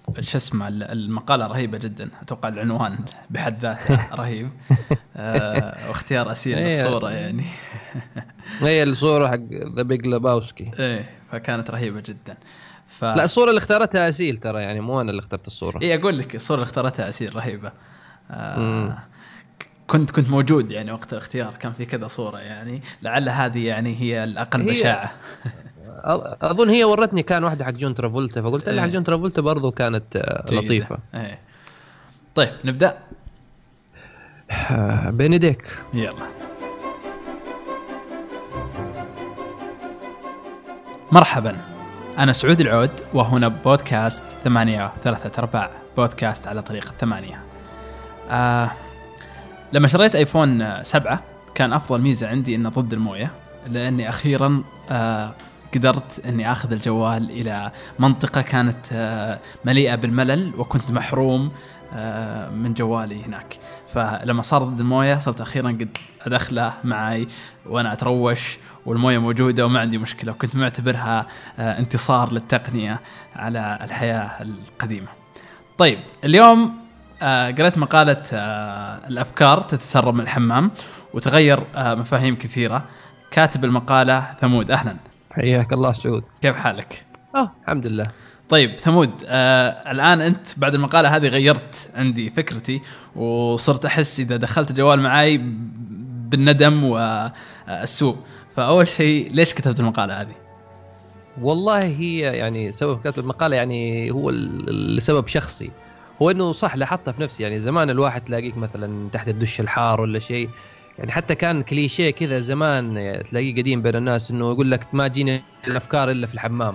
شو اسمه المقالة رهيبة جدا، أتوقع العنوان بحد ذاته رهيب. واختيار أسيل للصورة يعني. هي الصورة حق ذا بيج لاباوسكي. إيه فكانت رهيبة جدا. لا الصورة اللي اختارتها أسيل ترى، يعني مو أنا اللي اخترت الصورة. إيه أقول لك الصورة اللي اختارتها أسيل رهيبة. كنت موجود يعني وقت الاختيار، كان في كذا صورة يعني، لعل هذه يعني هي الأقل بشاعة. أظن هي ورتني كان واحدة حق جون ترافولتا، فقلت لها حق جون ترافولتا برضو كانت لطيفة. ايه. طيب نبدأ. بين يديك. يلا. مرحبا، أنا سعود العود، وهنا بودكاست 8.3 بودكاست على طريق 8. لما شريت ايفون 7 كان أفضل ميزة عندي إنه ضد الموية، لأني أخيرا قدرت أني أخذ الجوال إلى منطقة كانت مليئة بالملل، وكنت محروم من جوالي هناك. فلما صار ضد الموية صرت أخيرا قد أدخله معي وأنا أتروش والموية موجودة وما عندي مشكلة، وكنت معتبرها انتصار للتقنية على الحياة القديمة. طيب اليوم قرأت مقالة الأفكار تتسرب من الحمام وتغير مفاهيم كثيرة. كاتب المقالة ثمود. أهلا. حياك الله سعود، كيف حالك؟ الحمد لله. طيب ثمود، الآن أنت بعد المقالة هذه غيرت عندي فكرتي، وصرت أحس إذا دخلت جوال معي بالندم والسوء. فأول شيء ليش كتبت المقالة هذه؟ والله هي يعني سبب كتب المقالة يعني هو لسبب شخصي، هو إنه صح لاحظتها في نفسي. يعني زمان الواحد تلاقيك مثلا تحت الدش الحار ولا شيء، يعني حتى كان كليشيه كذا زمان يعني تلاقيه قديم بين الناس إنه يقول لك ما تجيني الأفكار إلا في الحمام.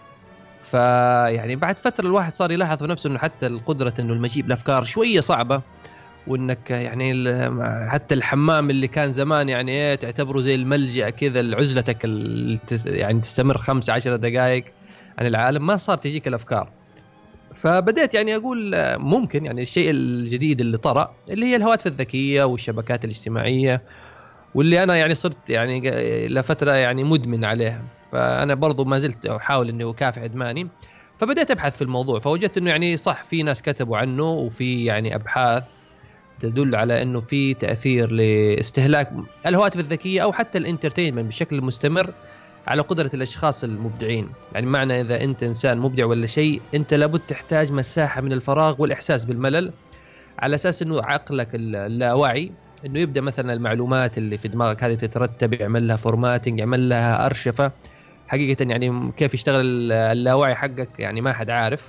فيعني بعد فترة الواحد صار يلاحظ في نفسه إنه حتى القدرة إنه المجيب الأفكار شوية صعبة، وإنك يعني حتى الحمام اللي كان زمان يعني إيه تعتبره زي الملجأ كذا لعزلتك يعني تستمر 15 دقائق عن العالم، ما صار تجيك الأفكار. فبدأت يعني أقول ممكن يعني الشيء الجديد اللي طرأ اللي هي الهواتف الذكية والشبكات الاجتماعية، واللي أنا يعني صرت يعني لفترة يعني مدمن عليها. فأنا برضو ما زلت أحاول إني أكافح إدماني، فبدأت أبحث في الموضوع، فوجدت إنه يعني صح في ناس كتبوا عنه، وفي يعني أبحاث تدل على إنه في تأثير لاستهلاك الهواتف الذكية أو حتى الانترتينمنت بشكل مستمر على قدرة الأشخاص المبدعين. يعني معنى إذا أنت إنسان مبدع ولا شيء، أنت لابد تحتاج مساحة من الفراغ والإحساس بالملل، على أساس إنه عقلك اللاواعي إنه يبدأ مثلا المعلومات اللي في دماغك هذه تترتب، يعمل لها فورماتنج، يعمل لها أرشفة. حقيقة يعني كيف يشتغل اللاواعي حقك يعني ما حد عارف.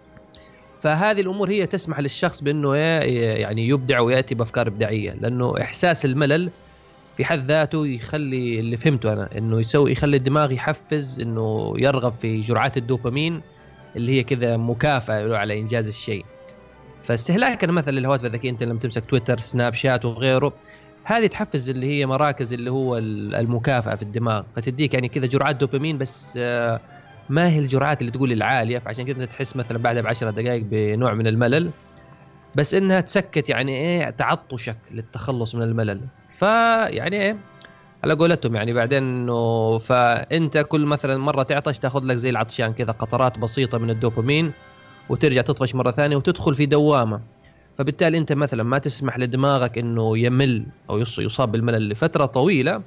فهذه الأمور هي تسمح للشخص بأنه يعني يبدع ويأتي بأفكار إبداعية، لأنه إحساس الملل في حد ذاته يخلي اللي فهمته أنا إنه يخلي الدماغ يحفز إنه يرغب في جرعات الدوبامين اللي هي كذا مكافأة على إنجاز الشيء. فاستهلاكنا مثلا للهواتف الذكية، أنت لما تمسك تويتر سناب شات وغيره، هذه تحفز اللي هي مراكز اللي هو المكافأة في الدماغ، فتديك يعني كذا جرعات دوبامين، بس ما هي الجرعات اللي تقول العالية. فعشان كذا تحس مثلا بعدها ب10 دقائق بنوع من الملل، بس إنها تسكت يعني إيه تعطشك للتخلص من الملل. فيعني إيه على قولتهم يعني بعدين إنه فأنت كل مثلا مرة تعطش تأخذ لك زي العطشان كذا قطرات بسيطة من الدوبامين، وترجع تطفش مرة ثانية وتدخل في دوامة. فبالتالي أنت مثلا ما تسمح لدماغك إنه يمل أو يصاب بالملل لفترة طويلة.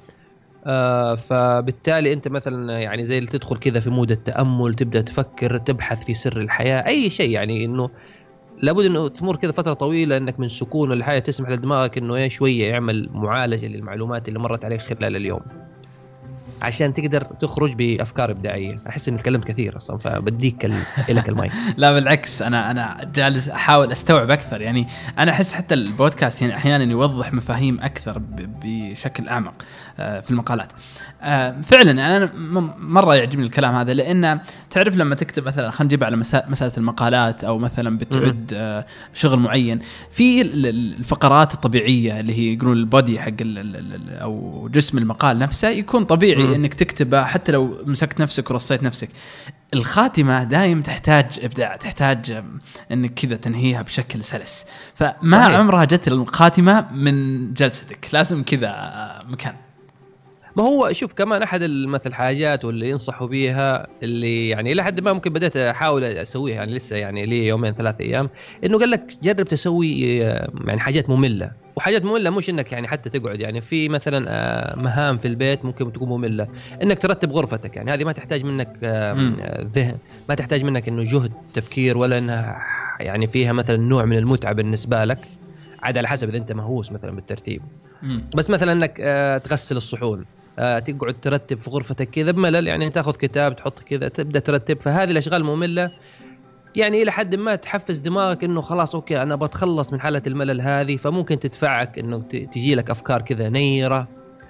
فبالتالي أنت مثلا يعني زي اللي تدخل كذا في مود التأمل، تبدأ تفكر، تبحث في سر الحياة، أي شيء يعني إنه لابد إنه تمر كذا فترة طويلة إنك من سكون الحياة تسمح لدماغك إنه شوية يعمل معالجة للمعلومات اللي مرت عليك خلال اليوم، عشان تقدر تخرج بأفكار إبداعية. أحس إني تكلمت كثير أصلا، فبديك لك المايك. لا بالعكس، أنا جالس أحاول أستوعب أكثر. يعني أنا أحس حتى البودكاست يعني أحيانا يوضح مفاهيم أكثر بشكل أعمق في المقالات. فعلا أنا مرة يعجبني الكلام هذا، لأن تعرف لما تكتب مثلا خلينا نجيب على مسألة المقالات، أو مثلا بتعد شغل معين في الفقرات الطبيعية اللي هي يقولون البودي حق أو جسم المقال نفسه يكون طبيعي إنك تكتبه، حتى لو مسكت نفسك ورصيت نفسك. الخاتمة دائم تحتاج إبداع، تحتاج إنك كذا تنهيها بشكل سلس. فما عمرها جت الخاتمة من جلستك، لازم كذا مكان. ما هو شوف كمان احد مثل الحاجات واللي ينصحوا بيها اللي يعني الى حد ما ممكن بدأت احاول اسويها يعني لسه يعني لي يومين 3 ايام، انه قال لك جرب تسوي يعني حاجات ممله. وحاجات ممله مش انك يعني حتى تقعد يعني في مثلا مهام في البيت ممكن تكون ممله، انك ترتب غرفتك. يعني هذه ما تحتاج منك ذهن، ما تحتاج منك انه جهد تفكير ولا انها يعني فيها مثلا نوع من المتعه بالنسبه لك، عاد على حسب اذا انت مهووس مثلا بالترتيب. بس مثلا انك تغسل الصحون، تقعد ترتب في غرفتك كذا بملل، يعني تاخذ كتاب تحط كذا تبدا ترتب. فهذه الاشغال ممله يعني الى حد ما تحفز دماغك انه خلاص اوكي انا بتخلص من حاله الملل هذه، فممكن تدفعك انه تجي لك افكار كذا نيره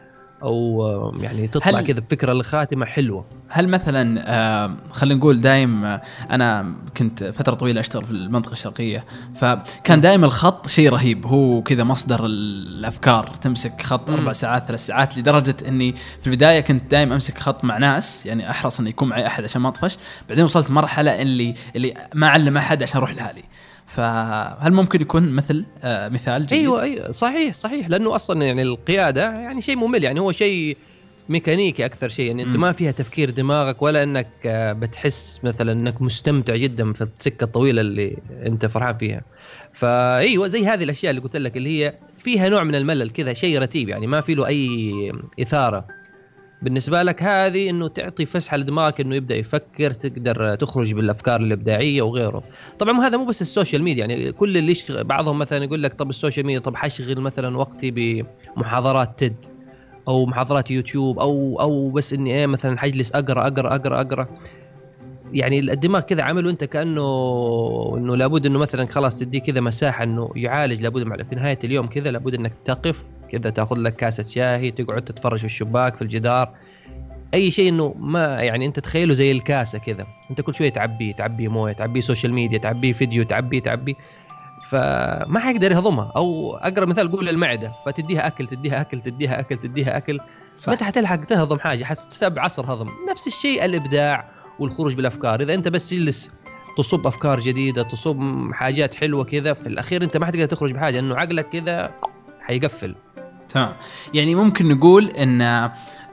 او يعني تطلع كذا بفكره الخاتمه حلوه. هل مثلا خلينا نقول دايم انا كنت فتره طويله اشتغل في المنطقه الشرقيه، فكان دايم الخط شيء رهيب، هو كذا مصدر الافكار. تمسك خط 4 ساعات 3 ساعات، لدرجه اني في البدايه كنت دايم امسك خط مع ناس، يعني احرص انه يكون معي احد عشان ما اطفش. بعدين وصلت مرحله اللي ما اعلم احد عشان اروح لحالي. فهل ممكن يكون مثل مثال جيد؟ ايوه صحيح لانه اصلا يعني القياده يعني شيء ممل، يعني هو شيء ميكانيكي اكثر شيء، يعني انت ما فيها تفكير دماغك ولا انك بتحس مثلا انك مستمتع جدا في السكه الطويله اللي انت فرحان فيها. فايوه زي هذه الاشياء اللي قلت لك اللي هي فيها نوع من الملل كذا، شيء رتيب يعني ما في له اي اثاره بالنسبه لك. هذه انه تعطي فسحه لدماغك انه يبدا يفكر، تقدر تخرج بالافكار الابداعيه وغيره. طبعا هذا مو بس السوشيال ميديا، يعني كل اللي بعضهم مثلا يقول لك طب السوشيال ميديا، طب حشغل مثلا وقتي بمحاضرات تيد او محاضرات يوتيوب او بس اني ايه مثلا حجلس اقرا. يعني الدماغ كذا عمله انت انه لابد انه مثلا خلاص تدي كذا مساحه انه يعالج. لابد في نهايه اليوم كذا لابد انك تقف كذا، تاخذ لك كاسه شاهي، تقعد تتفرج في الشباك في الجدار، اي شيء انه ما يعني انت تخيله زي الكاسه كذا، انت كل شويه تعبيه مويه، تعبيه سوشيال ميديا، تعبيه فيديو، تعبيه فما حيقدر يهضمها. او اقرب مثال قول المعده، فتديها اكل ما حتلحق تهضم حاجه، حتستوعب عصر هضم. نفس الشيء الابداع والخروج بالافكار، اذا انت بس جلس تصب افكار جديده، تصب حاجات حلوه كذا، في الاخير انت ما حتقدر تخرج بحاجه، انه عقلك كذا حيقفل. تمام. يعني ممكن نقول ان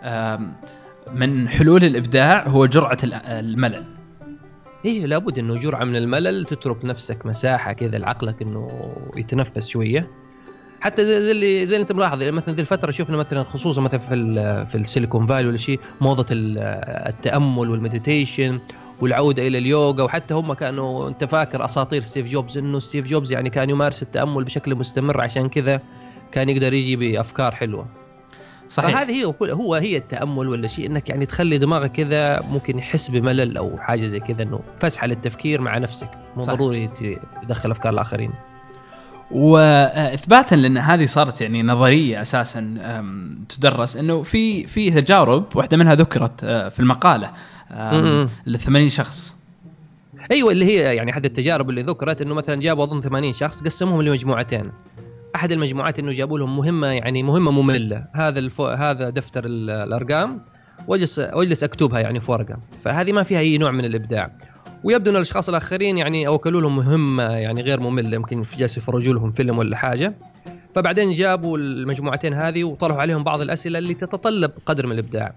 من حلول الابداع هو جرعه الملل. ايه لابد انه جرعه من الملل، تترك نفسك مساحه كذا لعقلك انه يتنفس شويه. حتى زي اللي انت ملاحظ مثلا ذي الفتره شفنا مثلا خصوصا مثلا في السيليكون فالي ولا شيء، موضه التامل والمديتيشن والعوده الى اليوغا. وحتى هم كانوا انت فاكر اساطير ستيف جوبز، انه ستيف جوبز يعني كان يمارس التامل بشكل مستمر، عشان كذا كان يقدر يجي بافكار حلوه. صحيح. فهذه هي التامل ولا شيء، انك يعني تخلي دماغك كذا ممكن يحس بملل او حاجه زي كذا، انه فسحه للتفكير مع نفسك، مو ضروري تدخل افكار الاخرين. واثباتا لان هذه صارت يعني نظريه اساسا تدرس، انه في تجارب واحده منها ذكرت في المقاله ل80 شخص. ايوه اللي هي يعني احد التجارب اللي ذكرت انه مثلا جابوا اظن 80 شخص قسموهم لمجموعتين. احد المجموعات انه جابوا لهم مهمه ممله، هذا دفتر الارقام واجلس اكتبها يعني في ورقه، فهذه ما فيها اي نوع من الابداع. ويبدو ان الاشخاص الاخرين يعني اوكلوا لهم مهمه يعني غير ممله، يمكن جالس يفرجوا لهم فيلم ولا حاجه. فبعدين جابوا المجموعتين هذه وطرحوا عليهم بعض الاسئله اللي تتطلب قدر من الابداع.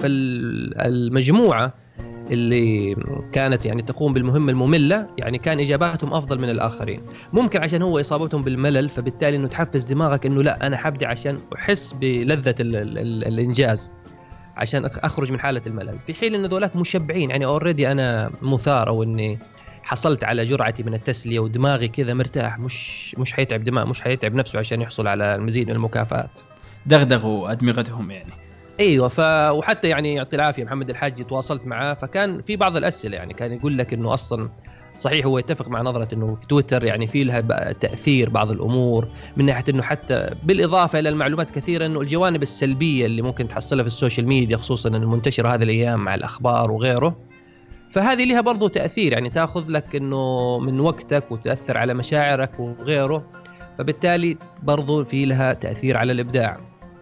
فالمجموعه اللي كانت يعني تقوم بالمهمه الممله يعني كان اجاباتهم افضل من الاخرين، ممكن عشان هو اصابتهم بالملل، فبالتالي انه تحفز دماغك انه لا انا حبدي عشان احس بلذه الانجاز، عشان اخرج من حاله الملل. في حين انه ذولاك مشبعين، يعني اوريدي انا مثار او اني حصلت على جرعتي من التسليه ودماغي كذا مرتاح، مش حيتعب دماغ، مش حيتعب نفسه عشان يحصل على المزيد من المكافآت. دغدغوا ادمغتهم يعني. ايوه وحتى يعني يعطي العافيه محمد الحاج تواصلت معاه، فكان في بعض الاسئله يعني كان يقول لك انه اصلا صحيح هو يتفق مع نظرة انه في تويتر يعني في لها تأثير بعض الامور، من ناحية انه حتى بالاضافة الى المعلومات كثيرة انه الجوانب السلبية اللي ممكن تحصلها في السوشيال ميديا خصوصا المنتشرة هذه الايام مع الاخبار وغيره، فهذه لها برضو تأثير، يعني تاخذ لك انه من وقتك وتأثر على مشاعرك وغيره، فبالتالي برضو في لها تأثير على الابداع.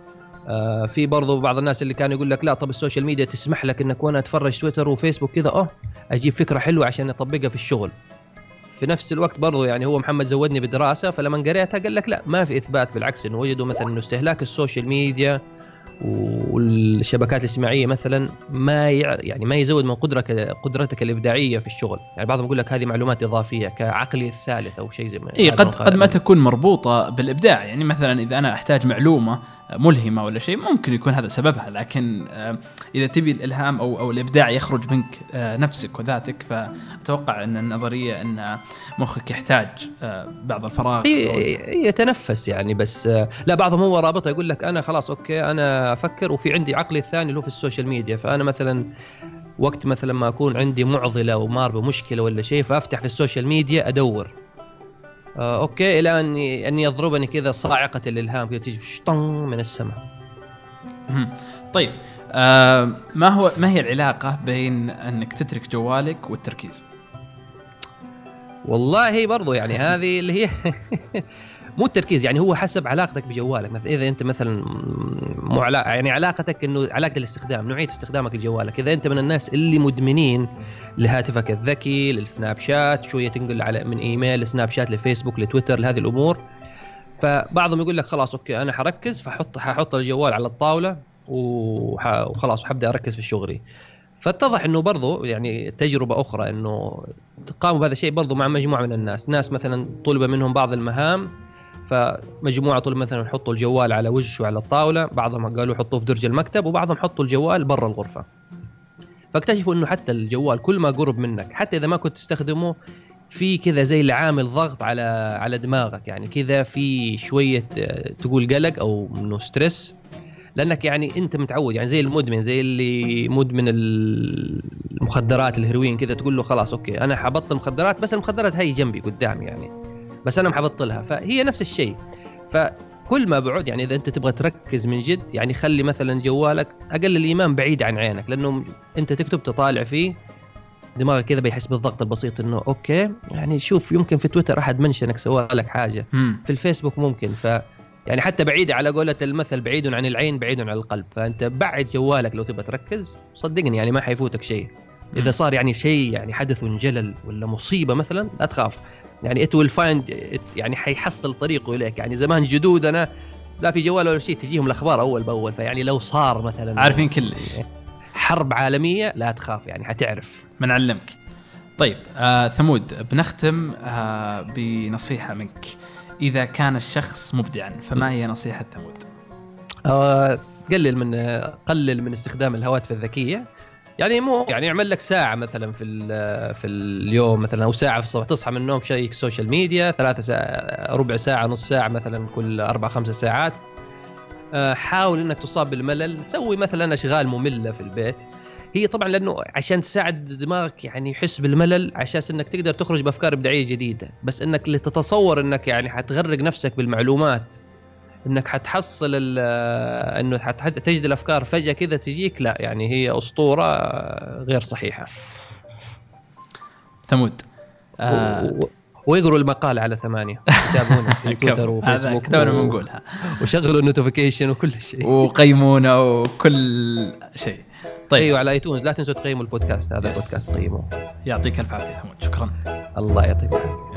في برضو بعض الناس اللي كانوا يقول لك لا طب السوشيال ميديا تسمح لك انك وانا اتفرج تويتر وفيسبوك كذا اجيب فكرة حلوة عشان اطبقها في الشغل. في نفس الوقت برضو يعني هو محمد زودني بدراسة، فلما قريتها قال لك لا ما في اثبات، بالعكس انه وجدوا مثلا انه استهلاك السوشيال ميديا والشبكات الاجتماعيه مثلا يعني ما يزود من قدرتك الابداعيه في الشغل. يعني بعضهم يقول لك هذه معلومات اضافيه كعقلي الثالث او شيء زي ما قد ما تكون مربوطه بالابداع. يعني مثلا اذا انا احتاج معلومه ملهمه ولا شيء ممكن يكون هذا سببها، لكن اذا تبي الالهام او الابداع يخرج منك نفسك وذاتك، فاتوقع ان النظريه ان مخك يحتاج بعض الفراغ يتنفس يعني. بس لا، بعضهم هو رابطه يقول لك انا خلاص اوكي انا افكر وفي عندي عقلي الثاني اللي هو في السوشيال ميديا، فانا مثلا وقت مثلا ما اكون عندي معضله ومار بمشكله ولا شيء فافتح في السوشيال ميديا ادور اوكي الى اني يضربني كذا صاعقه الالهام كذا تيجي طن من السماء. طيب ما هي العلاقه بين انك تترك جوالك والتركيز؟ والله برضو يعني هذه اللي هي مو التركيز، يعني هو حسب علاقتك بجوالك. مثلا اذا انت مثلا يعني علاقتك انه علاقه الاستخدام، نوعيه استخدامك لجوالك. اذا انت من الناس اللي مدمنين لهاتفك الذكي، للسناب شات، شويه تنقل على من ايميل لسناب شات لفيسبوك لتويتر لهذه الامور، فبعضهم يقول لك خلاص اوكي انا حركز ححط الجوال على الطاوله وخلاص وحبدا اركز في شغلي. فاتضح انه برضو يعني تجربه اخرى انه قاموا بهذا الشيء برضو مع مجموعه من الناس. ناس مثلا طلب منهم بعض المهام، فمجموعه طلب مثلا يحطوا الجوال على وجهه على الطاوله، بعضهم قالوا حطوه في درج المكتب، وبعضهم حطوا الجوال برا الغرفه. فاكتشفوا انه حتى الجوال كل ما قرب منك حتى اذا ما كنت تستخدمه في كذا زي اللي عامل ضغط على دماغك، يعني كذا في شويه تقول قلق او انه ستريس، لانك يعني انت متعود يعني زي المدمن، زي اللي مدمن المخدرات الهيروين كذا، تقول له خلاص اوكي انا حبطل مخدرات بس المخدرات هي جنبي قدامي يعني بس انا محبطلها. فهي نفس الشيء. فكل ما بعد يعني اذا انت تبغى تركز من جد يعني خلي مثلا جوالك اقل الايمان بعيد عن عينك، لانه انت تكتب تطالع فيه دماغك كذا بيحس بالضغط البسيط انه اوكي يعني شوف يمكن في تويتر احد منشنك سوى لك حاجه في الفيسبوك ممكن، ف يعني حتى بعيد على قولة المثل بعيد عن العين بعيد عن القلب. فانت بعد جوالك لو تبغى تركز صدقني يعني ما حيفوتك شيء. اذا صار يعني شيء يعني حدث جلل ولا مصيبه مثلا لا تخاف، يعني it will find يعني حيحصل طريقه اليك. يعني زمان جدودنا لا في جوال ولا شيء تجيهم الاخبار اول باول، فيعني لو صار مثلا عارفين كلش حرب عالميه لا تخاف يعني حتعرف بنعلمك. طيب ثمود بنختم بنصيحه منك. إذا كان الشخص مبدعاً فما هي نصيحة ثمود؟ قلل من استخدام الهواتف الذكية. يعني مو يعني اعمل لك ساعة مثلا في اليوم مثلا، أو ساعة في الصباح تصحى من النوم شيك سوشيال ميديا، 3 ساعة ربع ساعة نص ساعة مثلا كل 4-5 ساعات. حاول إنك تصاب بالملل، سوي مثلا أشغال مملة في البيت. هي طبعا لانه عشان تساعد دماغك يعني يحس بالملل عشان انك تقدر تخرج بافكار ابداعيه جديده، بس انك تتصور انك يعني حتغرق نفسك بالمعلومات، انك حتحصل انه تجد الافكار فجاه كذا تجيك، لا يعني هي اسطوره غير صحيحه. ثمود ويقروا المقال على 8 يتابعونا في تويتر وفيسبوك كذا بنقولها وشغلوا النوتيفيكيشن وكل شيء وقيمونا وكل شيء. طيب ايوه على ايتونز لا تنسوا تقيموا البودكاست، هذا البودكاست قيموه. يعطيك الف عافيه ثمود، شكرا. الله يعطيك.